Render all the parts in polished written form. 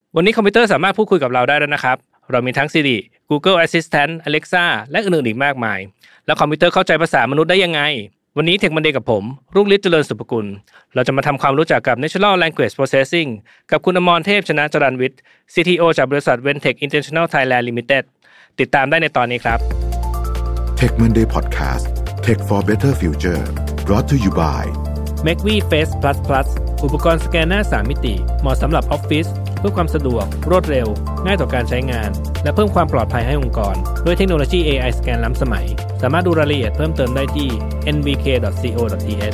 วันนี้คอมพิวเตอร์สามารถพูดคุยกับเราได้แล้วนะครับเรามีทั้ง Siri Google Assistant Alexa และอื่นๆอีกมากมายแล้วคอมพิวเตอร์เข้าใจภาษามนุษย์ได้ยังไงวันนี้ Tech Monday กับผมรุ่งฤทธิ์เจริญสุภกุลเราจะมาทำความรู้จักกับ Natural Language Processing กับคุณอมรเทพชนะจรัญวิทย์ CTO จากบริษัท Ventech International Thailand Limited ติดตามได้ในตอนนี้ครับ Tech Monday Podcast Tech for Better Future brought to you by Macvi Face Plus Plus อุปกรณ์สแกนหน้า3มิติเหมาะสำหรับออฟฟิศเพื่อความสะดวกรวดเร็วง่ายต่อการใช้งานและเพิ่มความปลอดภัยให้องค์กรด้วยเทคโนโลยี AI สแกนล้ำสมัยสามารถดูรายละเอียดเพิ่มเติมได้ที่ nvk.co.th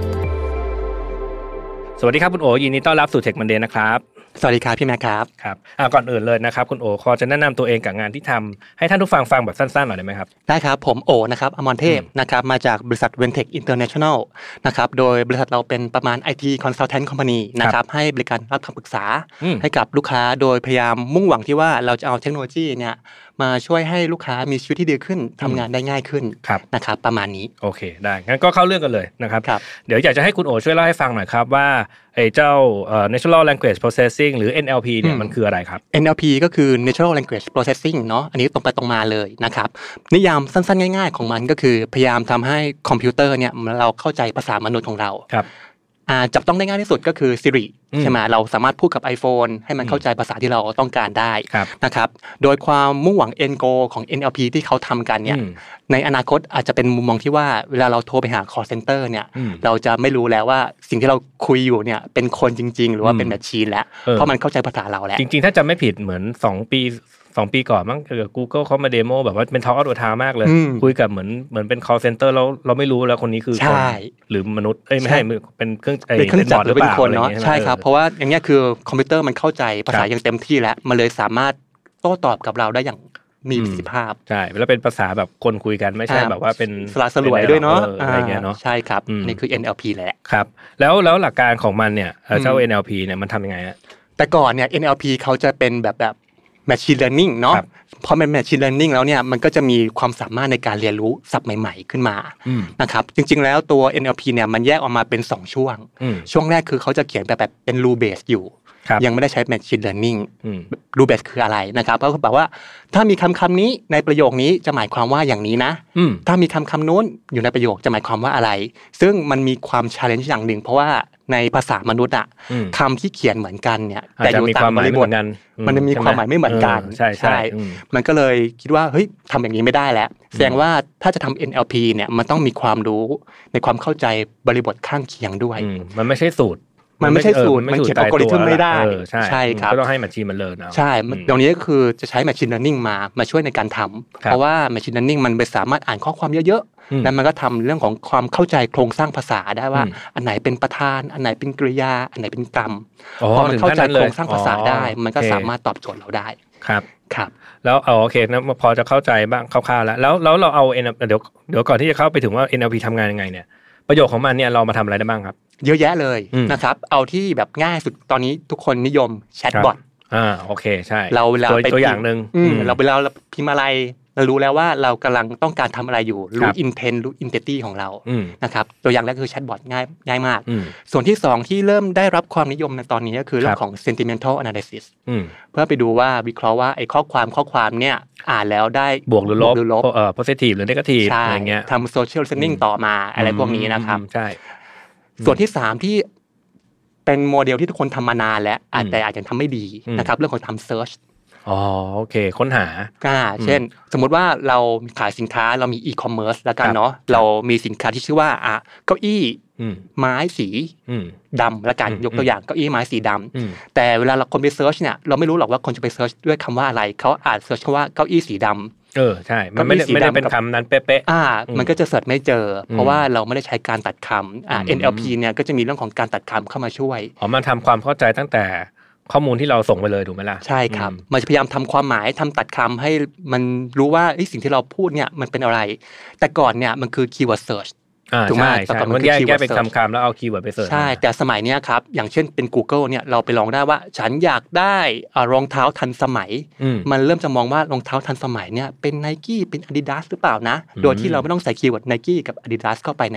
สวัสดีครับคุณโอยินดีต้อนรับสู่ Tech Monday นะครับสวัสดีครับพี่แม็กครับครับก่อนอื่นเลยนะครับคุณโอขอจะแนะนำตัวเองกับงานที่ทำให้ท่านผู้ฟังแบบสั้นๆหน่อยได้ไหมครับได้ครับผมโอนะครับอมรเทพนะครับมาจากบริษัท Ventech International นะครับโดยบริษัทเราเป็นประมาณ IT Consultant Company นะครับให้บริการรับคำปรึกษาให้กับลูกค้าโดยพยายามมุ่งหวังที่ว่าเราจะเอาเทคโนโลยีเนี่ยมาช่วยให้ลูกค้ามีชีวิตที่ดีขึ้นทำงานได้ง่ายขึ้นนะครับประมาณนี้โอเคได้งั้นก็เข้าเรื่องกันเลยนะครับเดี๋ยวอยากจะให้คุณโอช่วยเล่าให้ฟังหน่อยครับว่าไอ้เจ้าNatural Language Processing หรือ NLP เนี่ยมันคืออะไรครับ NLP ก็คือ Natural Language Processing เนาะอันนี้ตรงไปตรงมาเลยนะครับนิยามสั้นๆง่ายๆของมันก็คือพยายามทำให้คอมพิวเตอร์เนี่ยเราเข้าใจภาษามนุษย์ของเราจับต้องได้ง่ายที่สุดก็คือ Siri ใช่ไหมเราสามารถพูดกับ iPhone ให้มันเข้าใจภาษาที่เราต้องการได้นะครับโดยความมุ่งหวัง end goal ของ NLP ที่เขาทำกันเนี่ยในอนาคตอาจจะเป็นมุมมองที่ว่าเวลาเราโทรไปหา call center เนี่ยเราจะไม่รู้แล้วว่าสิ่งที่เราคุยอยู่เนี่ยเป็นคนจริงๆหรือว่าเป็นแมชชีนแล้วเพราะมันเข้าใจภาษาเราแล้วจริงๆถ้าจำไม่ผิดเหมือน2 ปีก่อนมั้งGoogle เขามาเดโมแบบว่าเป็น Talk of the Town มากเลยคุยกับเหมือนเป็น call center แล้วเราไม่รู้แล้วคนนี้คือคนหรือมนุษย์ไม่ใช่เป็นเครื่องจักรหรือเป็นคนเนาะใช่ครับเพราะว่าอย่างเงี้ยคือคอมพิวเตอร์มันเข้าใจภาษาอย่างเต็มที่แล้วมันเลยสามารถโต้ตอบกับเราได้อย่างมีประสิทธิภาพใช่แล้วเป็นภาษาแบบคนคุยกันไม่ใช่แบบว่าเป็นสละสลวยด้วยเนาะอะไรเงี้ยเนาะใช่ครับนี่คือ NLP แหละครับแล้วหลักการของมันเนี่ยเจ้า NLP เนี่ยมันทำยังไงฮะแต่ก่อนเนี่ย NLP เขาจะเป็นแบบ machine learning เนาะพอเป็น machine learning แล้วเนี่ยมันก็จะมีความสามารถในการเรียนรู้ศัพท์ใหม่ๆขึ้นมานะครับจริงๆแล้วตัว NLP เนี่ยมันแยกออกมาเป็น2ช่วงแรกคือเขาจะเขียนแบบเป็น rule based อยู่ยังไม่ได้ใช้ machine learning rule based คืออะไรนะครับก็คือแบบว่าถ้ามีคำนี้ในประโยคนี้จะหมายความว่าอย่างนี้นะถ้ามีคำนู้นอยู่ในประโยคจะหมายความว่าอะไรซึ่งมันมีความ challenge อย่างหนึ่งเพราะว่าในภาษามนุษย์คำที่เขียนเหมือนกันเนี่ยแต่อยู่ตามบริบทมันจะมีความหมายไม่เหมือนกันใช่มันก็เลยคิดว่าเฮ้ยทำอย่างนี้ไม่ได้แล้วแสดงว่าถ้าจะทำ NLP เนี่ยมันต้องมีความรู้ในความเข้าใจบริบทข้างเคียงด้วยมันไม่ใช่สูตรมันไม่ใช่สูตรมันเขียนอัลกอริทึมไม่ได้ใช่ครับก็ต้องให้แมชชีนมันเรียนเอาใช่ตรงนี้ก็คือจะใช้ Machine Learning มาช่วยในการทำเพราะว่า Machine Learning มันไปสามารถอ่านข้อความเยอะๆแล้วมันก็ทำเรื่องของความเข้าใจโครงสร้างภาษาได้ว่าอันไหนเป็นประธานอันไหนเป็นกริยาอันไหนเป็นกรรมพอมันเข้าใจโครงสร้างภาษาได้มันก็สามารถตอบโจทย์เราได้ครับแล้วโอเคนะพอจะเข้าใจบ้างคร่าวๆแล้วเราเอาเดี๋ยวก่อนที่จะเข้าไปถึงว่า NLP ทำงานยังไงเนี่ยประโยชน์ของมันเนี่ยเรามาทำอะไรได้บ้างครับเยอะแยะเลยนะครับเอาที่แบบง่ายสุดตอนนี้ทุกคนนิยมแชทบอทโอเคใช่เราไปตัวอย่างนึงเราเวลาพิมพ์อะไรเรารู้แล้วว่าเรากำลังต้องการทำอะไรอยู่รู้ intent รู้ entity ของเรานะครับตัวอย่างแรกคือแชทบอทง่ายมากส่วนที่2ที่เริ่มได้รับความนิยมในตอนนี้ก็คือเรื่องของ sentimental analysis เพื่อไปดูว่าวิเคราะห์ว่าไอ้ข้อความเนี่ยอ่านแล้วได้บวกหรือลบpositive หรือ negative อะไรเงี้ยทำ social listening ต่อมาอะไรพวกนี้นะครับใช่ส่วนที่3ที่เป็นโมเดลที่ทุกคนทำมานานแล้วแต่อาจจะทำไม่ดีนะครับเรื่องของทำ search โอเคค้นหาเช่นสมมุติว่าเราขายสินค้าเรามี e-commerce แล้วกันเนาะเรามีสินค้าที่ชื่อว่าเก้าอี้ไม้สีดำแล้วกันยกตัวอย่างเก้าอี้ไม้สีดำแต่เวลาเราคนไปเซิร์ชเนี่ยเราไม่รู้หรอกว่าคนจะไปเซิร์ชด้วยคำว่าอะไรเขาอาจเซิร์ชคำว่าเก้าอี้สีดำใช่มันไม่ได้เป็นคำนั้นเป๊ะมันก็จะเสิร์ชไม่เจอเพราะว่าเราไม่ได้ใช้การตัดคำNLP เนี่ยก็จะมีเรื่องของการตัดคำเข้ามาช่วยมันทำความเข้าใจตั้งแต่ข้อมูลที่เราส่งไปเลยถูกไหมล่ะใช่ครับมันจะพยายามทำความหมายทำตัดคำให้มันรู้ว่าสิ่งที่เราพูดเนี่ยมันเป็นอะไรแต่ก่อนเนี่ยมันคือ keyword search ถูกไหมแต่ก่อนมันแยกเป็นคำๆแล้วเอาคีย์เวิร์ดไปเสิร์ชใช่แต่สมัยนี้ครับอย่างเช่นเป็น Google เนี่ยเราไปลองได้ว่าฉันอยากได้รองเท้าทันสมัยมันเริ่มจะมองว่ารองเท้าทันสมัยเนี่ยเป็น Nike เป็น Adidas หรือเปล่านะโดยที่เราไม่ต้องใส่คีย์เวิร์ด Nike กับ Adidas เข้าไปใน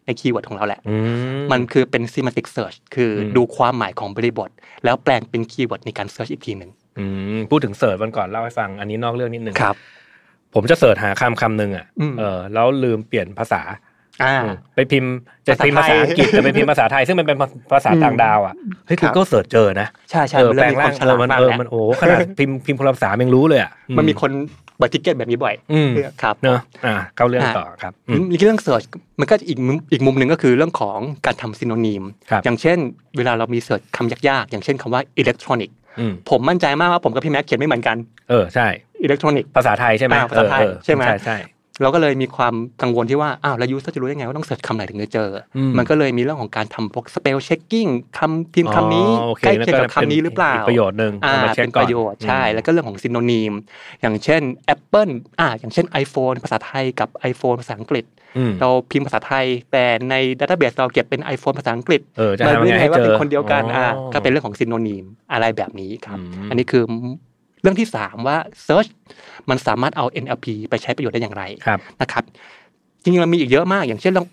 ในคีย์เวิร์ดของเราแหละมันคือเป็น semantic search คือดูความหมายของบริบทแล้วแปลงเป็นคีย์เวิร์ดในการเสิร์ชอีกทีนึงพูดถึงเสิร์ชวันก่อนเล่าให้ฟังอันนี้นอกเรื่องนิดนึงครับผมจะเสิร์ชหาคำนึงอ่ะแล้วลืมเปลี่ยนภาษาไปพิมพ์จะพิมพ์ภาษาอังกฤษจะไปพิมพ์ภาษาไทยซึ่งมันเป็นภาษาต่างดาวอ่ะเฮ้ย Google เสิร์ชเจอนะใช่แปลงร่างมันโอ้ขนาดพิมพ์คนละภาษายังรู้เลยอ่ะมันมีคนเปิดทิกเก็ตแบบนี้บ่อยครับเนอะเข้าเรื่องต่อครับอีกเรื่องเสิร์ชมันก็อีกมุมหนึ่งก็คือเรื่องของการทำซิโนนิมอย่างเช่นเวลาเรามีเสิร์ชคำยากๆอย่างเช่นคำว่าอิเล็กทรอนิกส์ผมมั่นใจมากว่าผมกับพี่แม็กเขียนไม่เหมือนกันใช่อิเล็กทรอนิกส์ภาษาไทยใช่ไหมภาษาไทยใช่ไหมใช่เราก็เลยมีความกังวลที่ว่าแล้วยูเซอร์จะรู้ได้ไงว่าต้องเสิร์ชคำไหนถึงจะเจอมันก็เลยมีเรื่องของการทำพวกสเปลเช็คกิ้งคำพิมพ์คำนี้ใกล้เคียงกับคำนี้หรือเปล่าประโยชน์หนึ่งเป็นประโยชน์ใช่แล้วก็เรื่องของซิโนนิมอย่างเช่น Apple อย่างเช่น iPhone ภาษาไทยกับ iPhone ภาษาอังกฤษเราพิมพ์ภาษาไทยแต่ในดัตเตอร์เบสเราเก็บเป็น iPhone ภาษาอังกฤษมารู้ไงว่าเป็นคนเดียวกันก็เป็นเรื่องของซิโนนิมอะไรแบบนี้ครับอันนี้คือเรื่องที่3ว่า Search มันสามารถเอา NLP ไปใช้ประโยชน์ได้อย่างไรนะครับจริงๆเรามีอีกเยอะมากอย่างเช่นเรื่อง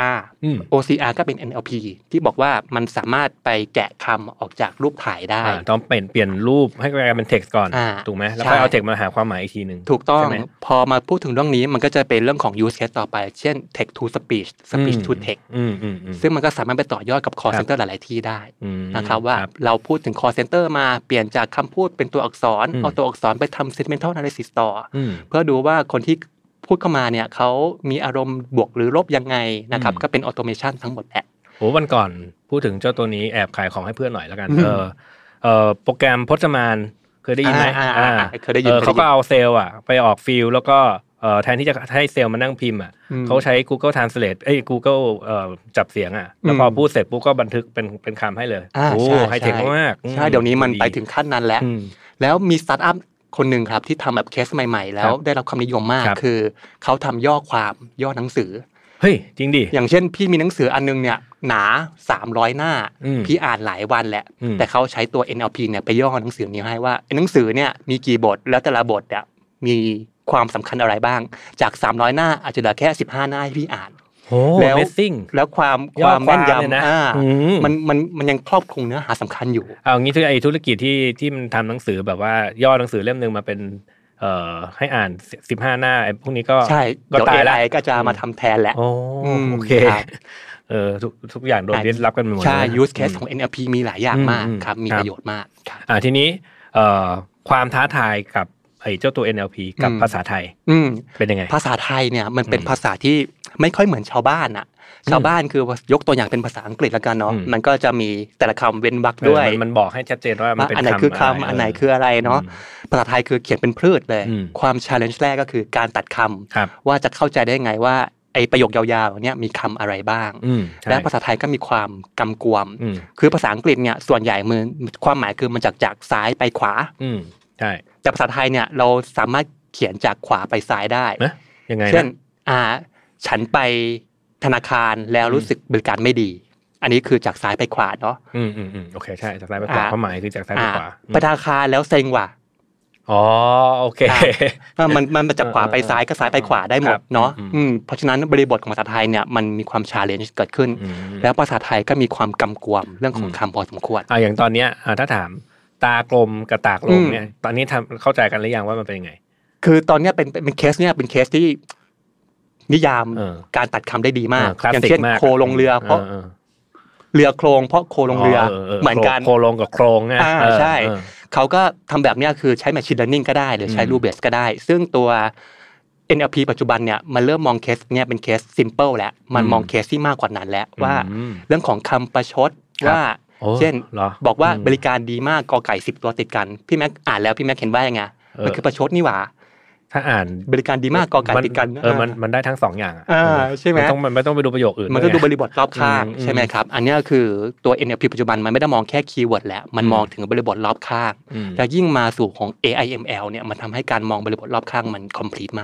OCR ก็เป็น NLP ที่บอกว่ามันสามารถไปแกะคำออกจากรูปถ่ายได้ต้องเปลี่ยนรูปให้กลายเป็น text ก่อนถูกไหมแล้วค่อยเอา text มาหาความหมายอีกทีนึงถูกต้องพอมาพูดถึงเรื่องนี้มันก็จะเป็นเรื่องของ use case ต่อไปเช่น text to speech speech to text ซึ่งมันก็สามารถไปต่อยอดกับ call center หลายๆที่ได้นะครับว่าเราพูดถึง call center มาเปลี่ยนจากคำพูดเป็นตัวอักษรเอาตัวอักษรไปทำ segmental analysis ต่อเพื่อดูว่าคนที่พูดเข้ามาเนี่ยเขามีอารมณ์บวกหรือลบยังไงนะครับก็เป็นออโตเมชันทั้งหมดแหละโหวันก่อนพูดถึงเจ้าตัวนี้แอบขายของให้เพื่อนหน่อยแล้วกันโปรแกรมพจมานเคยได้ยินไหมเคยได้ยินเขาก็เอาเซลล์ไปออกฟิลแล้วก็แทนที่จะให้เซลล์มานั่งพิมพ์เขาใช้ Google Translate Google จับเสียงแล้วพอพูดเสร็จปุ๊บก็บันทึกเป็นคำให้เลยโอ้ไฮเทคมากใช่เดี๋ยวนี้มันไปถึงขั้นนั้นแล้วมีสตาร์ทอัพคนหนึ่งครับที่ทำแบบเคสใหม่ๆแล้วได้รับความนิยมมากคือเขาทำย่อความย่อหนังสือเฮ้ยจริงดิอย่างเช่นพี่มีหนังสืออันนึงเนี่ยหนา300หน้าพี่อ่านหลายวันแหละแต่เขาใช้ตัว NLP เนี่ยไปย่อหนังสือนี้ให้ว่าหนังสือเนี่ยมีกี่บทแล้วแต่ละบทเนี่ยมีความสำคัญอะไรบ้างจาก300หน้าอาจจะเหลือแค่15หน้าให้พี่อ่านแล้วความแม่นยำมันยังครอบคลุมเนื้อหาสำคัญอยู่เอางี้ไอ้ธุรกิจที่มันทำหนังสือแบบว่าย่อหนังสือเล่มนึงมาเป็นให้อ่าน15หน้าไอ้พวกนี้ก็ใช่ก็ตายแล้วก็จะมาทำแทนแหละโอเคทุกอย่างโดนดิสรับกันหมดใช่ use case ของ NLP มีหลายอย่างมากครับมีประโยชน์มากทีนี้ความท้าทายกับไอ้เจ้าตัว NLP กับภาษาไทยเป็นยังไงภาษาไทยเนี่ยมันเป็นภาษาที่ไม่ค่อยเหมือนชาวบ้านชาวบ้านคือยกตัวอย่างเป็นภาษาอังกฤษแล้วกันเนาะมันก็จะมีแต่ละคำเว้นวรรคด้วยมันบอกให้ชัดเจนว่ามันเป็นอันไหนคือคำอันไหนคืออะไรเนาะภาษาไทยคือเขียนเป็นพืชเลยความ challenge แรกก็คือการตัดคำว่าจะเข้าใจได้ไงว่าไอประโยคยาวๆเนี่ยมีคำอะไรบ้างและภาษาไทยก็มีความกำกวมคือภาษาอังกฤษเนี่ยส่วนใหญ่มันความหมายคือมันจากซ้ายไปขวาใช่แต่ภาษาไทยเนี่ยเราสามารถเขียนจากขวาไปซ้ายได้ยังไงเช่นฉันไปธนาคารแล้วรู้สึกบริการไม่ดีอันนี้คือจากซ้ายไปขวาเนาะโอเคใช่จากซ้ายไปขวาความหมายคือจากซ้ายไปขวาไปธนาคารแล้วเซ็งว่ะโอเคมันจากขวาไปซ้ายก็ซ้ายไปขวาได้หมดเนาะเพราะฉะนั้นบริบทของภาษาไทยเนี่ยมันมีความ challenge เกิดขึ้นแล้วภาษาไทยก็มีความกำกวมเรื่องของคำพอสมควรอย่างตอนเนี้ยถ้าถามตากลมกับตากลมเนี่ยตอนนี้เข้าใจกันหรือยังว่ามันเป็นยังไงคือตอนนี้เป็นเคสเนี่ยเป็นเคสที่นิยามการตัดคำได้ดีมากอย่างเช่นโคลงเรือเพราะเรือโครงเพราะโคลงเรือเหมือนกันโคลงกับโครงไงใช่เขาก็ทำแบบนี้คือใช้ machine learning ก็ได้หรือใช้ rule base ก็ได้ซึ่งตัว NLP ปัจจุบันเนี่ยมันเริ่มมองเคสเนี่ยเป็นเคส simple แล้วมันมองเคสที่มากกว่านั้นแล้วว่าเรื่องของคำประชดว่าเช่นบอกว่าบริการดีมากกอไก่10ตัวติดกันพี่แม็กอ่านแล้วพี่แม็กเห็นว่ายังไงมันคือประชดนี่หว่าถ้าอ่านบริการดีมากกอไก่ติดกันมันได้ทั้ง2อย่างใช่ไหมไม่ต้องไปดูประโยคอื่นมันก็ดูบริบทรอบข้างใช่ไหมครับอันนี้คือตัว NLP ปัจจุบันมันไม่ได้มองแค่คีย์เวิร์ดแล้วมันมองถึงบริบทรอบข้างแล้วยิ่งมาสู่ของ AI ML เนี่ยมันทำให้การมองบริบทรอบข้างมัน complete มากขึ้น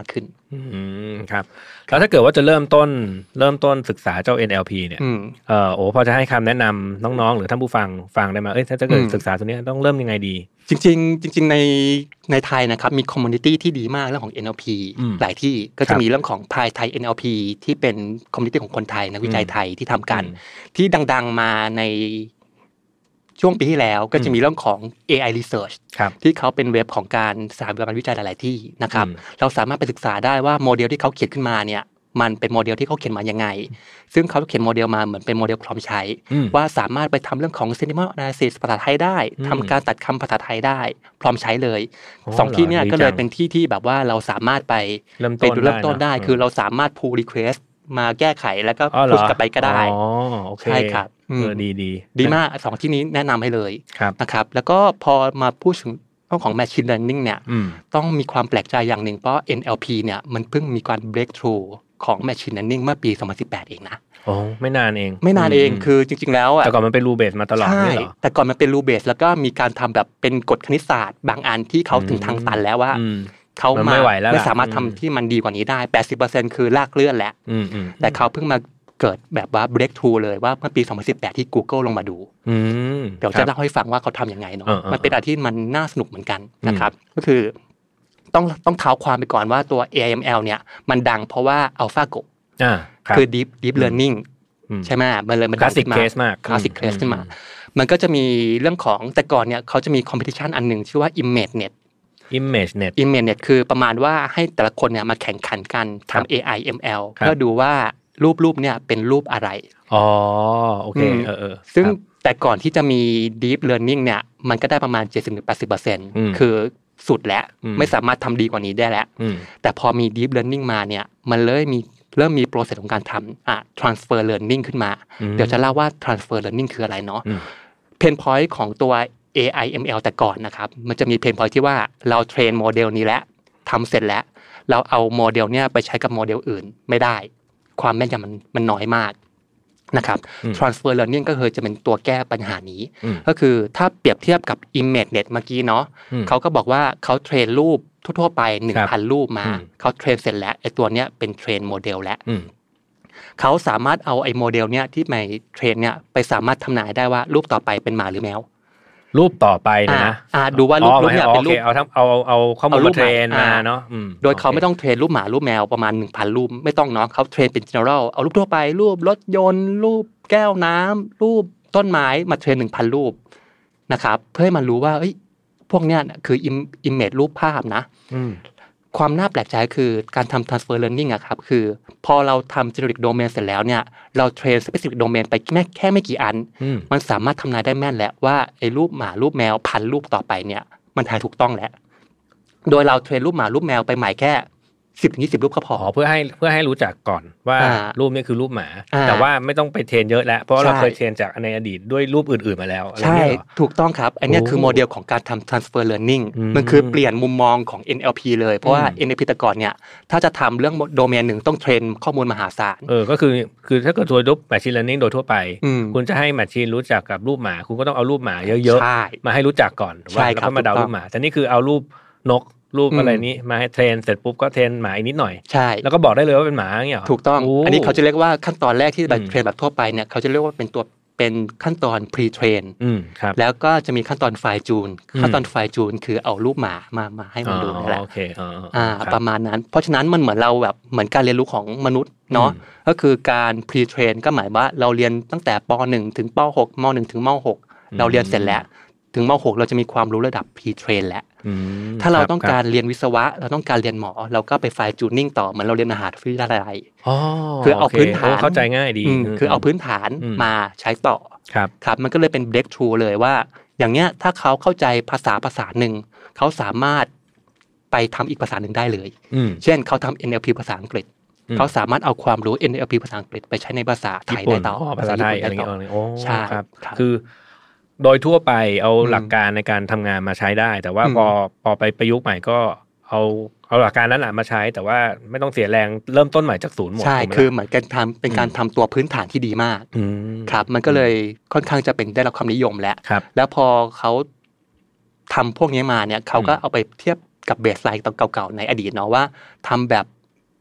ครับแล้วถ้าเกิดว่าจะเริ่มต้นศึกษาเจ้า NLP เนี่ยพอจะให้คำแนะนำน้องๆหรือท่านผู้ฟังได้ไหมถ้าจะเกิดศึกษาตัวนี้ต้องเริ่มยังไงดีจริงในไทยนะครับมีคอมมูนิตี้ที่ดีมากเรื่องของ NLP หลายที่ก็จะมีเรื่องของพายไทย NLP ที่เป็นคอมมูนิตี้ของคนไทยนักวิจัยไทยที่ทำกันที่ดังๆมาในช่วงปีที่แล้วก็จะมีเรื่องของ AI Research ที่เขาเป็นเว็บของการสถาบันการวิจัยหลายๆที่นะครับเราสามารถไปศึกษาได้ว่าโมเดลที่เขาเขียนขึ้นมาเนี่ยมันเป็นโมเดลที่เขาเขียนมายังไงซึ่งเขาเขียนโมเดลมาเหมือนเป็นโมเดลพร้อมใช้ว่าสามารถไปทำเรื่องของ Sentiment Analysis ภาษาไทยได้ทำการตัดคำภาษาไทยได้พร้อมใช้เลย2ที่เนี่ยก็เลยเป็นที่แบบว่าเราสามารถไปเริ่มต้นได้คือเราสามารถ pull request มาแก้ไขแล้วก็พุชกลับไปก็ได้ใช่ครับดีมาก2ที่นี้แนะนำให้เลยนะครับแล้วก็พอมาพูดถึงเรื่องของ machine learning เนี่ยต้องมีความแปลกใจอย่างหนึ่งเพราะ NLP เนี่ยมันเพิ่งมีการ breakthrough ของ machine learning เมื่อปี 2018 เองนะไม่นานเองคือจริงๆแล้วแต่ก่อนมันเป็น rule base มาตลอดนี่เหรอแต่ก่อนมันเป็น rule base แล้วก็มีการทำแบบเป็นกฎคณิตศาสตร์บางอันที่เขาถึงทางตันแล้วว่าเขาไม่สามารถทำที่มันดีกว่านี้ได้ 80% คือลากเลื่อนแหละแต่เขาเพิ่งมาเกิดแบบว่า breakthrough เลยว่าเมื่อปี 2018 ที่ Google ลงมาดูเดี๋ยวจะเล่าให้ฟังว่าเขาทำยังไงเนาะมันเป็นอะไรที่มันน่าสนุกเหมือนกันนะครับก็คือต้องเท้าความไปก่อนว่าตัว AIML เนี่ยมันดังเพราะว่า AlphaGo คือ deep learning ใช่ไหมมันเลยมันดังขึ้นมา classic case ขึ้นมามันก็จะมีเรื่องของแต่ก่อนเนี่ยเขาจะมี competition อันหนึ่งชื่อว่า ImageNet คือประมาณว่าให้แต่ละคนเนี่ยมาแข่งขันกันทำ AIML เพื่อดูว่ารูปเนี่ยเป็นรูปอะไรโอเคซึ่งแต่ก่อนที่จะมี deep learning เนี่ยมันก็ได้ประมาณ 70-80% คือสุดแล้วไม่สามารถทำดีกว่านี้ได้แล้วแต่พอมี deep learning มาเนี่ยมันเริ่มมีโปรเซสของการทำtransfer learning ขึ้นมาเดี๋ยวจะเล่าว่า transfer learning คืออะไรเนาะเพนพอยต์ของตัว AIML แต่ก่อนนะครับมันจะมีเพนพอยต์ที่ว่าเราเทรนโมเดลนี้แล้วทำเสร็จแล้วเราเอาโมเดลเนี่ยไปใช้กับโมเดลอื่นไม่ได้ความแม่นยำมันน้อยมากนะครับ transfer learning ก็คือจะเป็นตัวแก้ปัญหานี้ก็คือถ้าเปรียบเทียบกับ ImageNet เมื่อกี้เนาะเขาก็บอกว่าเขาเทรนรูปทั่วๆไป 1,000 รูปมาเขาเทรนเสร็จแล้วไอ้ตัวเนี้ยเป็นเทรนโมเดลแล้วเขาสามารถเอาไอ้โมเดลเนี้ยที่ไปเทรนเนี่ยไปสามารถทำนายได้ว่ารูปต่อไปเป็นหมาหรือแมวรูปต่อไปนะดูว่ารูปเนี่ยเป็นรูปเอาข้อมูลมาเทรนมาเนาะโดยเขาไม่ต้องเทรนรูปหมารูปแมวประมาณ 1,000 รูปไม่ต้องเนาะเขาเทรนเป็น general เอารูปทั่วไปรูปรถยนต์รูปแก้วน้ำรูปต้นไม้มาเทรน 1,000 รูปนะครับเพื่อให้มันรู้ว่าพวกเนี้ยคือ image รูปภาพนะความน่าแปลกใจคือการทำ transfer learning อะครับคือพอเราทำ generic domain เสร็จแล้วเนี่ยเราเทรน specific domain ไปแค่ไม่กี่อันมันสามารถทำนายได้แม่นแล้วว่าไอ้รูปหมารูปแมวพันรูปต่อไปเนี่ยมันทายถูกต้องแล้วโดยเราเทรนรูปหมารูปแมวไปใหม่แค่ 10-20 รูปก็พอเพื่อให้รู้จักก่อนว่ารูปนี้คือรูปหมาแต่ว่าไม่ต้องไปเทรนเยอะแล้วเพราะเราเคยเทรนจากในอดีตด้วยรูปอื่นๆมาแล้วใช่ถูกต้องครับอันนี้คือโมเดลของการทำ transfer learning มันคือเปลี่ยนมุมมองของ NLP เลยเพราะว่า NLP แต่ก่อนเนี่ยถ้าจะทำเรื่องโดเมนหนึ่งต้องเทรนข้อมูลมหาศาลก็คือถ้าเกิดตัวรูป machine learning โดยทั่วไปคุณจะให้ machine รู้จักกับรูปหมาคุณก็ต้องเอารูปหมาเยอะๆมาให้รู้จักก่อนแล้วก็มาเดารูปหมาแต่นี่คือเอารูปนกรูปอะไรนี้มาให้เทรนเสร็จปุ๊บก็เทรนหมาอีกนิดหน่อยใช่แล้วก็บอกได้เลยว่าเป็นหมาอย่างเงี้ยถูกต้องอันนี้เขาจะเรียกว่าขั้นตอนแรกที่แบบเทรนแบบทั่วไปเนี่ยเขาจะเรียกว่าเป็นขั้นตอน pre train แล้วก็จะมีขั้นตอน fine tune ขั้นตอน fine tune คือเอารูปหมามาให้มันดูนี่แหละประมาณนั้นเพราะฉะนั้นมันเหมือนเราแบบเหมือนการเรียนรู้ของมนุษย์เนาะก็คือการ pre train ก็หมายว่าเราเรียนตั้งแต่ป.1 ถึงป.6 ม.1 ถึงม.6 เราเรียนเสร็จแล้วถึงม.6 เราจะมีความรู้ระดับ pre-train แล้วถ้าเราต้องการเรียนวิศวะเราต้องการเรียนหมอเราก็ไป fine tuning ต่อเหมือนเราเรียนมหาวิทยาลัยคือเอาพื้นฐานเข้าใจง่ายดีคือเอาพื้นฐานมาใช้ต่อครับมันก็เลยเป็น breakthrough เลยว่าอย่างเงี้ยถ้าเขาเข้าใจภาษาหนึ่งเขาสามารถไปทำอีกภาษาหนึ่งได้เลยเช่นเขาทำ NLP ภาษาอังกฤษเขาสามารถเอาความรู้ NLP ภาษาอังกฤษไปใช้ในภาษาไทยได้ต่อภาษาไทยอะไรเงี้ยใช่ครับคือโดยทั่วไปเอาหลักการในการทำงานมาใช้ได้แต่ว่าพอไปประยุกต์ใหม่ก็เอาหลักการนั้นแหละมาใช้แต่ว่าไม่ต้องเสียแรงเริ่มต้นใหม่จากศูนย์หมดใช่คือเหมือนกันเป็นการทำตัวพื้นฐานที่ดีมากครับมันก็เลยค่อนข้างจะเป็นได้รับความนิยมแล้วพอเขาทำพวกนี้มาเนี่ยเขาก็เอาไปเทียบกับเบสไลน์เก่าๆในอดีตเนาะว่าทำแบบ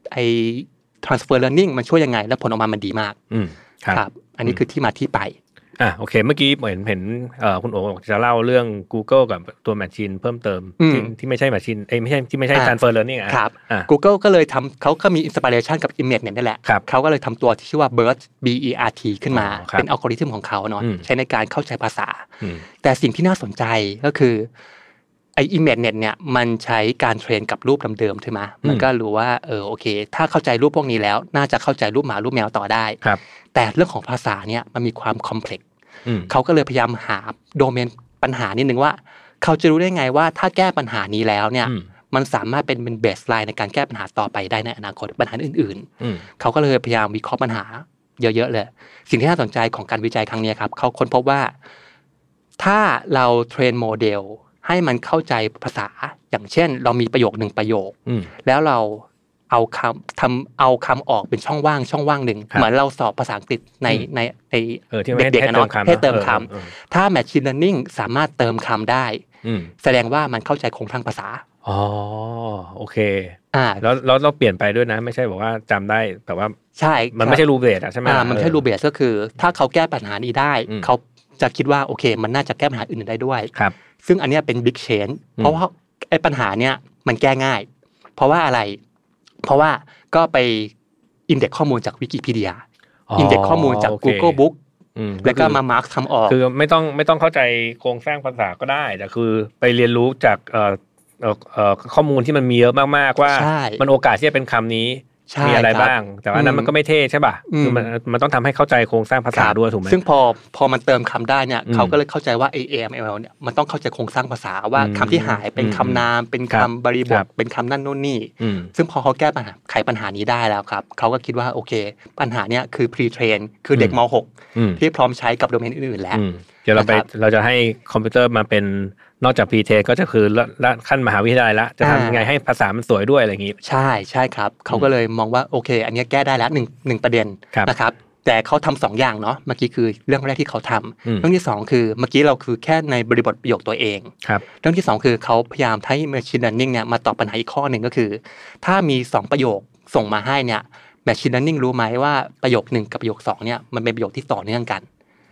ไอ้ transfer learning มันช่วยยังไงแล้วผลออกมามันดีมากครับอันนี้คือที่มาที่ไปโอเคเมื่อกี้เห็นคุณโอ๋จะเล่าเรื่อง Google กับตัว Machine เพิ่มเติมที่ไม่ใช่ Machine ไม่ใช่ที่ไม่ใช่ Transfer Learning ครับ Google ก็เลยทำเขาก็มี inspiration กับ ImageNet นี่แหละเขาก็เลยทำตัวที่ชื่อว่า BERT ขึ้นมาเป็นอัลกอริทึมของเขาเนาะใช้ในการเข้าใจภาษาแต่สิ่งที่น่าสนใจก็คือไอ้ ImageNet เนี่ยมันใช้การเทรนกับรูปเดิมๆใช่ไหมมันก็รู้ว่าโอเคถ้าเข้าใจรูปพวกนี้แล้วน่าจะเข้าใจรูปหมารูปแมวต่อได้แต่เรื่องของภาษาเนี่ยมันมีความคอมเพล็กซ์เขาก็เลยพยายามหาโดเมนปัญหานิดนึงว่าเขาจะรู้ได้ไงว่าถ้าแก้ปัญหานี้แล้วเนี่ยมันสามารถเป็นเบสไลน์ในการแก้ปัญหาต่อไปได้ในอนาคตปัญหาอื่นๆเขาก็เลยพยายามวิเคราะห์ปัญหาเยอะๆเลยสิ่งที่น่าสนใจของการวิจัยครั้งนี้ครับเขาค้นพบว่าถ้าเราเทรนโมเดลให้มันเข้าใจภาษาอย่างเช่นเรามีประโยค1ประโยคแล้วเราเอาคำออกเป็นช่องว่างหนึ่งเหมือนเราสอบภาษาอังกฤษในเด็กๆเนาะให้เติมคำถ้า Machine Learning สามารถเติมคำได้แสดงว่ามันเข้าใจโครงสร้างภาษาโอเคแล้วเราเปลี่ยนไปด้วยนะไม่ใช่บอกว่าจำได้แต่ว่าใช่มันไม่ใช่รูเบสใช่ไหมมันไม่ใช่รูเบสก็คือถ้าเขาแก้ปัญหานี้ได้เขาจะคิดว่าโอเคมันน่าจะแก้ปัญหาอื่นได้ด้วยซึ่งอันนี้เป็น big change เพราะว่าไอ้ปัญหาเนี้ยมันแก้ง่ายเพราะว่าอะไรเพราะว่าก็ไปอินเด็กซ์ข้อมูลจากวิกิพีเดียอินเด็กซ์ข้อมูลจาก Google Book แล้วก็มามาร์คคำออกคือไม่ต้องเข้าใจโครงสร้างภาษาก็ได้แต่คือไปเรียนรู้จากข้อมูลที่มันมีเยอะมากๆว่ามันโอกาสที่จะเป็นคำนี้มีอะไรบ้างแต่ว่านั้นมันก็ไม่เท่ใช่ป่ะคือมันต้องทำให้เข้าใจโครงสร้างภาษาด้วยถูกไหมซึ่งพอมันเติมคำได้เนี่ยเขาก็เลยเข้าใจว่า AML เนี่ยมันต้องเข้าใจโครงสร้างภาษาว่าคำที่หายเป็นคำนามเป็นคำบริบทเป็นคำนั่นโน่นนี่ซึ่งพอเขาแก้ปัญหาไขปัญหานี้ได้แล้วครับเขาก็คิดว่าโอเคปัญหาเนี่ยคือ pre-train คือเด็กม.6 ที่พร้อมใช้กับโดเมนอื่นๆแล้วเดี๋ยวเราจะให้คอมพิวเตอร์มาเป็นนอกจาก pre-train ก็จะคือขั้นมหาวิทยาลัยละจะทำยังไงให้ภาษามันสวยด้วยอะไรอย่างนี้ใช่ครับเขาก็เลยมองว่าโอเคอันนี้แก้ได้แล้วหนึ่งประเด็นนะครับแต่เขาทำ2อย่างเนาะเมื่อกี้คือเรื่องแรกที่เขาทำเรื่องที่2คือเมื่อกี้เราคือแค่ในบริบทประโยคตัวเองเรื่องที่2คือเขาพยายามใช้ machine learning เนี่ยมาตอบปัญหาอีกข้อหนึ่งก็คือถ้ามี2ประโยคส่งมาให้เนี่ย machine learning รู้ไหมว่าประโยค1กับประโยค2เนี่ยมันเป็นประโยคที่ต่อเนื่องกัน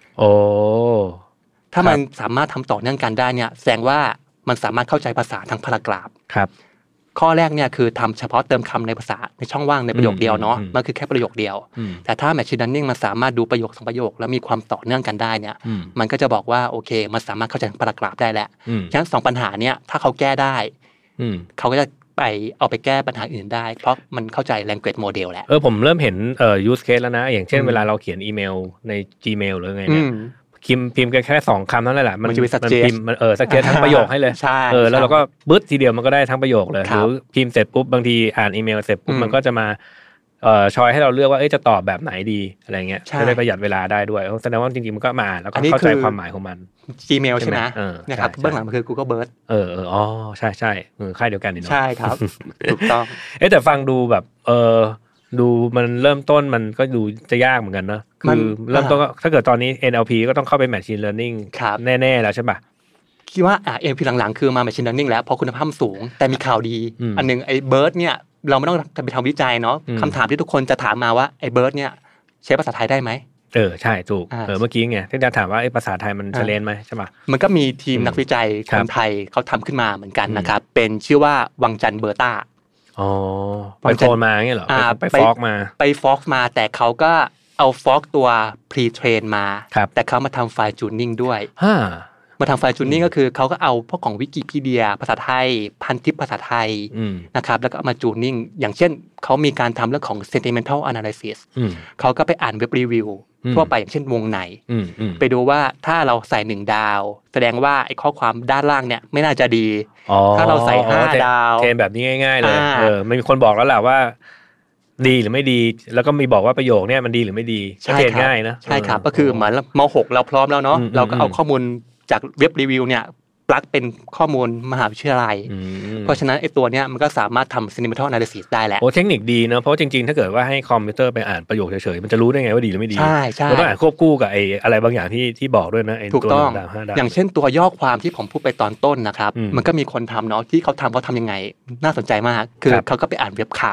ถ้ามันสามารถทำต่อเนื่องกันได้เนี่ยแสดงว่ามันสามารถเข้าใจภาษาทั้งพารากราฟข้อแรกเนี่ยคือทำเฉพาะเติมคำในภาษาในช่องว่างในประโยคเดียวเนาะมันคือแค่ประโยคเดียวแต่ถ้า Machine Learning มันสามารถดูประโยค2ประโยคแล้วมีความต่อเนื่องกันได้เนี่ยมันก็จะบอกว่าโอเคมันสามารถเข้าใจพารากราฟได้แล้วฉะนั้น2ปัญหาเนี่ยถ้าเขาแก้ได้เขาก็จะไปเอาไปแก้ปัญหาอื่นได้เพราะมันเข้าใจ language model แล้วผมเริ่มเห็นuse case แล้วนะอย่างเช่นเวลาเราเขียนอีเมลใน Gmail หรือไงเนี่ยพิมพ์กันแค่2คำเท่านั้นแหละมันพิมพ์suggest ทั้งประโยคให้เลยแล้วเราก็บึ๊ดทีเดียวมันก็ได้ทั้งประโยคเลยหรือพิมพ์เสร็จปุ๊บบางทีอ่านอีเมลเสร็จปุ๊บมันก็จะมาชอยให้เราเลือกว่าจะตอบแบบไหนดีอะไรเงี้ยจะได้ประหยัดเวลาได้ด้วยแสดงว่าจริงๆมันก็มาแล้วก็เข้าใจความหมายของมัน Gmail ใช่ไหมนะครับเบื้องหลังมันคือ Google Bird ใช่ค่ายเดียวกันนี่เนาะใช่ครับถูกต้องแต่ฟังดูแบบดูมันเริ่มต้นมันก็ดูจะยากเหมือนกันนะคือเริ่มต้นถ้าเกิดตอนนี้ NLP ก็ต้องเข้าไป Machine Learning แน่ๆแล้วใช่ป่ะคิดว่าNLP หลังๆคือมา Machine Learning แล้วเพราะคุณภาพสูงแต่มีข่าวดีอันนึงไอ้ Bird เนี่ยเราไม่ต้องไปทำวิจัยเนาะคำถามที่ทุกคนจะถามมาว่าไอ้ Bird เนี่ยใช้ภาษาไทยได้ไหมใช่ถูกเมื่อกี้ไงที่จะถามว่าไอ้ภาษาไทยมันเชลเลนไหมใช่ป่ะมันก็มีทีมนักวิจัยคนไทยเขาทำขึ้นมาเหมือนกันนะครับเป็นชื่อว่าวังจันทร์เบอร์ต้าไปโคลนมาเงี้ยเหรอไปฟอกมาแต่เขาก็เอาฟอกตัว pre-train มาแต่เขามาทำไฟล์จูนนิ่งด้วยมาทำไฟล์จูนนิ่งก็คือเขาก็เอาพวกของวิกิพีเดียภาษาไทยพันทิปภาษาไทยนะครับแล้วก็เอามาจูนนิ่งอย่างเช่นเขามีการทำเรื่องของ sentimental analysis เขาก็ไปอ่านเว็บรีวิวทั่วไปอย่างเช่นวงในไปดูว่าถ้าเราใส่1ดาวแสดงว่าไอ้ข้อความด้านล่างเนี่ยไม่น่าจะดีถ้าเราใส่5ดาวเทรนแบบนี้ง่ายๆเลยไม่มีคนบอกแล้วแหละว่าดีหรือไม่ดีแล้วก็มีบอกว่าประโยคเนี่ยมันดีหรือไม่ดีเทรนง่ายนะใช่ครับก็คือเหมือนม.6 เราพร้อมแล้วเนาะเราก็เอาข้อมูลจากเว็บรีวิวเนี่ยปลั๊กเป็นข้อมูลมหาวิทยาลัยเพราะฉะนั้นไอ้ตัวเนี้ยมันก็สามารถทำ sentimental analysis ได้แหละเทคนิคดีนะเพราะจริงๆถ้าเกิดว่าให้คอมพิวเตอร์ไปอ่านประโยคเฉยๆมันจะรู้ได้ไงว่าดีหรือไม่ดีเราต้องอ่านควบคู่กับไอ้อะไรบางอย่างที่บอกด้วยนะไอ้ตัวอย่างเช่นตัวย่อความที่ผมพูดไปตอนต้นนะครับมันก็มีคนทำเนาะที่เขาทำยังไงน่าสนใจมากคือเขาก็ไปอ่านเว็บข่าว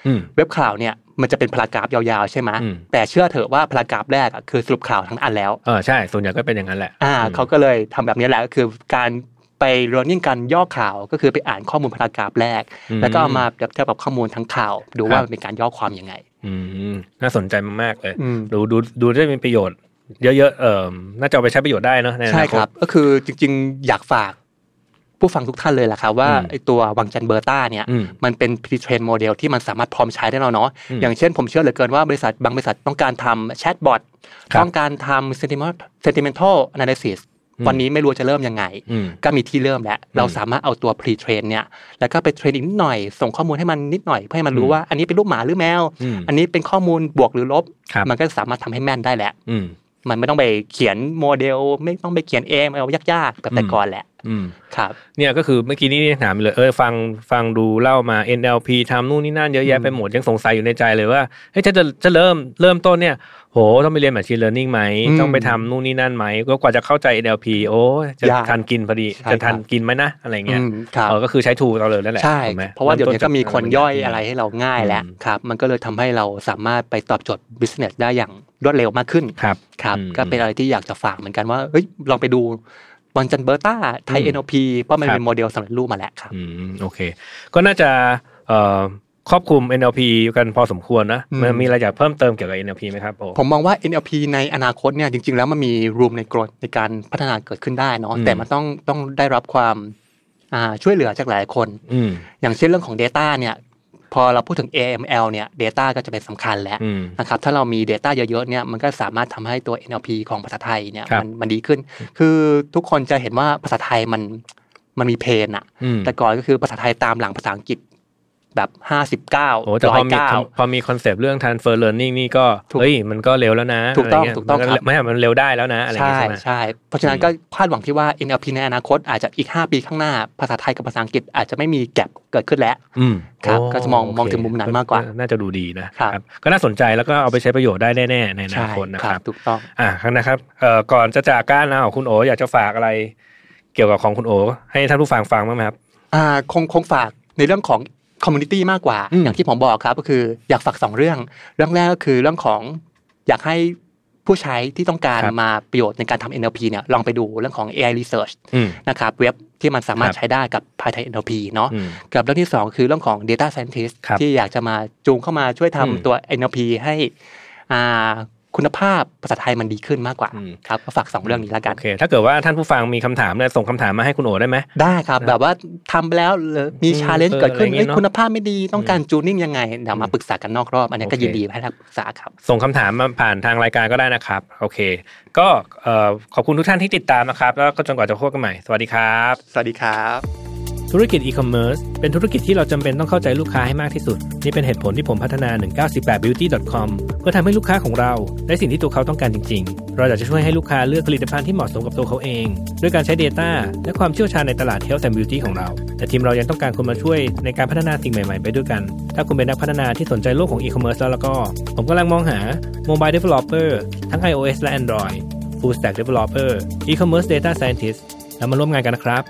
เว็บข่าวเนี่ยมันจะเป็นพารากราฟยาวๆใช่ไหมแต่เชื่อเถอะว่าพารากราฟแรกคือสรุปข่าวทั้งอันแล้วใช่ส่วนใหญ่ก็เป็นอย่างนั้นแหละเขาก็เลยทำแบบนี้แหละก็คือการไป learning กันย่อข่าวก็คือไปอ่านข้อมูลพารากราฟแรกแล้วก็เอามาเทียบกับข้อมูลทั้งข่าวดูว่าเป็นการย่อความยังไงน่าสนใจมากๆเลยดูได้มีประโยชน์เยอะๆน่าจะเอาไปใช้ประโยชน์ได้เนาะใช่ครับก็คือจริงๆอยากฝากผู้ฟังทุกท่านเลยแหละครับว่าไอตัววังจันทร์เบอร์ต้าเนี่ยมันเป็น pre-trained model ที่มันสามารถพร้อมใช้ได้แล้วเนาะอย่างเช่นผมเชื่อเหลือเกินว่าบางบริษัทต้องการทำแชทบอทต้องการทำ sentimental analysis วันนี้ไม่รู้จะเริ่มยังไงก็มีที่เริ่มแล้วเราสามารถเอาตัว pre-train เนี่ยแล้วก็ไปเทรนอีกนิดหน่อยส่งข้อมูลให้มันนิดหน่อยเพื่อให้มันรู้ว่าอันนี้เป็นรูปหมาหรือแมวอันนี้เป็นข้อมูลบวกหรือลบมันก็สามารถทำให้แม่นได้แหละมันไม่ต้องไปเขียนโมเดลไม่ต้องไปเขียนเองเอายากๆแบบแต่ก่อนแหละครับเนี่ยก็คือเมื่อกี้นี่ถามเลยฟังดูเล่ามา NLP ทำนู่นนี่นั่นเยอะแยะไปหมดยังสงสัยอยู่ในใจเลยว่าเฮ้ยจะเริ่มต้นเนี่ยโหต้องไปเรียน Machine Learning ไหมต้องไปทำนู่นนี่นั่นไหมก็กว่าจะเข้าใจ NLP โอ้จะทันกินพอดีจะทันกินไหมนะอะไรเงี้ยก็คือใช้ tool เราเลยนั่นแหละใช่เพราะว่าเดี๋ยวนี้ก็มีคนย่อยอะไรให้เราง่ายแล้วครับมันก็เลยทำให้เราสามารถไปตอบโจทย์ business ได้อย่างรวดเร็วมากขึ้นครับก็เป็นอะไรที่อยากจะฝากเหมือนกันว่าเฮ้ยลองไปดูวังจันทร์เบอร์ต้าไทย NLP เพราะมันเป็นโมเดลสำเร็จรูปมาแล้วครับโอเคก็น่าจะครอบคลุม NLP กันพอสมควรนะมันมีอะไรอยากเพิ่มเติมเกี่ยวกับ NLP ไหมครับผมมองว่า NLP ในอนาคตเนี่ยจริงๆแล้วมันมี room ในgrowth ในการพัฒนาเกิดขึ้นได้เนาะแต่มันต้องได้รับความช่วยเหลือจากหลายคนอย่างเช่นเรื่องของ data เนี่ยพอเราพูดถึง AML เนี่ย data ก็จะเป็นสำคัญแล้วนะครับถ้าเรามี data เยอะๆเนี่ยมันก็สามารถทำให้ตัว NLP ของภาษาไทยเนี่ยมันดีขึ้นคือทุกคนจะเห็นว่าภาษาไทยมันมีเพนอะแต่ก่อนก็คือภาษาไทยตามหลังภาษาอังกฤษแบบ59 109พอมีคอนเซปต์เรื่อง transfer learning นี่ก็เฮ้ยมันก็เร็วแล้วนะถูกต้องครับไม่มันเร็วได้แล้วนะอะไรอย่างเงี้ยใช่เพราะฉะนั้นก็คาดหวังที่ว่า NLP ในอนาคตอาจจะอีก5ปีข้างหน้าภาษาไทยกับภาษาอังกฤษอาจจะไม่มีแกปเกิดขึ้นแล้วครับก็จะมองถึงมุมนั้นมากกว่าน่าจะดูดีนะครับก็น่าสนใจแล้วก็เอาไปใช้ประโยชน์ได้แน่ๆในอนาคตนะครับถูกต้องนะครับก่อนจะจากกันคุณโออยากจะฝากอะไรเกี่ยวกับของคุณโอให้ท่านผู้ฟังบ้างมั้ยครับคงฝากในเรื่องของcommunity มากกว่าอย่างที่ผมบอกครับก็คืออยากฝาก2เรื่องแรกก็คือเรื่องของอยากให้ผู้ใช้ที่ต้องการมาประโยชน์ในการทำ NLP เนี่ยลองไปดูเรื่องของ AI Research นะครับเว็บที่มันสามารถใช้ได้กับภายใน NLP เนาะกับเรื่องที่2คือเรื่องของ Data Scientist ที่อยากจะมาจูงเข้ามาช่วยทำตัว NLP ให้คุณภาพภาษาไทยมันดีขึ้นมากกว่าครับก็ฝาก2เรื่องนี้แล้วกันโอเคถ้าเกิดว่าท่านผู้ฟังมีคำถามเนี่ยส่งคำถามมาให้คุณโอได้ไหมได้ครับแบบว่าทำไปแล้วมี challenge เกิดขึ้นคุณภาพไม่ดีต้องการจูนนิ่งยังไงเดี๋ยวมาปรึกษากันนอกรอบอันนี้ก็ยินดีให้ปรึกษาครับส่งคำถามมาผ่านทางรายการก็ได้นะครับโอเคก็ขอบคุณทุกท่านที่ติดตามนะครับแล้วก็จนกว่าจะพบกันใหม่สวัสดีครับสวัสดีครับธุรกิจอีคอมเมิร์ซเป็นธุรกิจที่เราจำเป็นต้องเข้าใจลูกค้าให้มากที่สุดนี่เป็นเหตุผลที่ผมพัฒนา 198beauty.com เพื่อทำให้ลูกค้าของเราได้สิ่งที่ตัวเขาต้องการจริงๆเราอยากจะช่วยให้ลูกค้าเลือกผลิตภัณฑ์ที่เหมาะสมกับตัวเขาเองด้วยการใช้ data และความเชี่ยวชาญในตลาด Health and Beauty ของเราแต่ทีมเรายังต้องการคนมาช่วยในการพัฒนาสิ่งใหม่ๆไปด้วยกันถ้าคุณเป็นนักพัฒนาที่สนใจโลกของอีคอมเมิร์ซแล้วก็ผมกำลังมองหา Mobile Developer ทั้ง iOS และ Android Full Stack Developer E-commerce Data Scientist แล้วมาร่วมงานกันนะครับ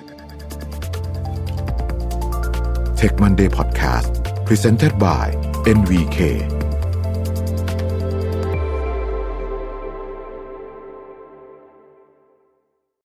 Tech Monday Podcast Presented by NVK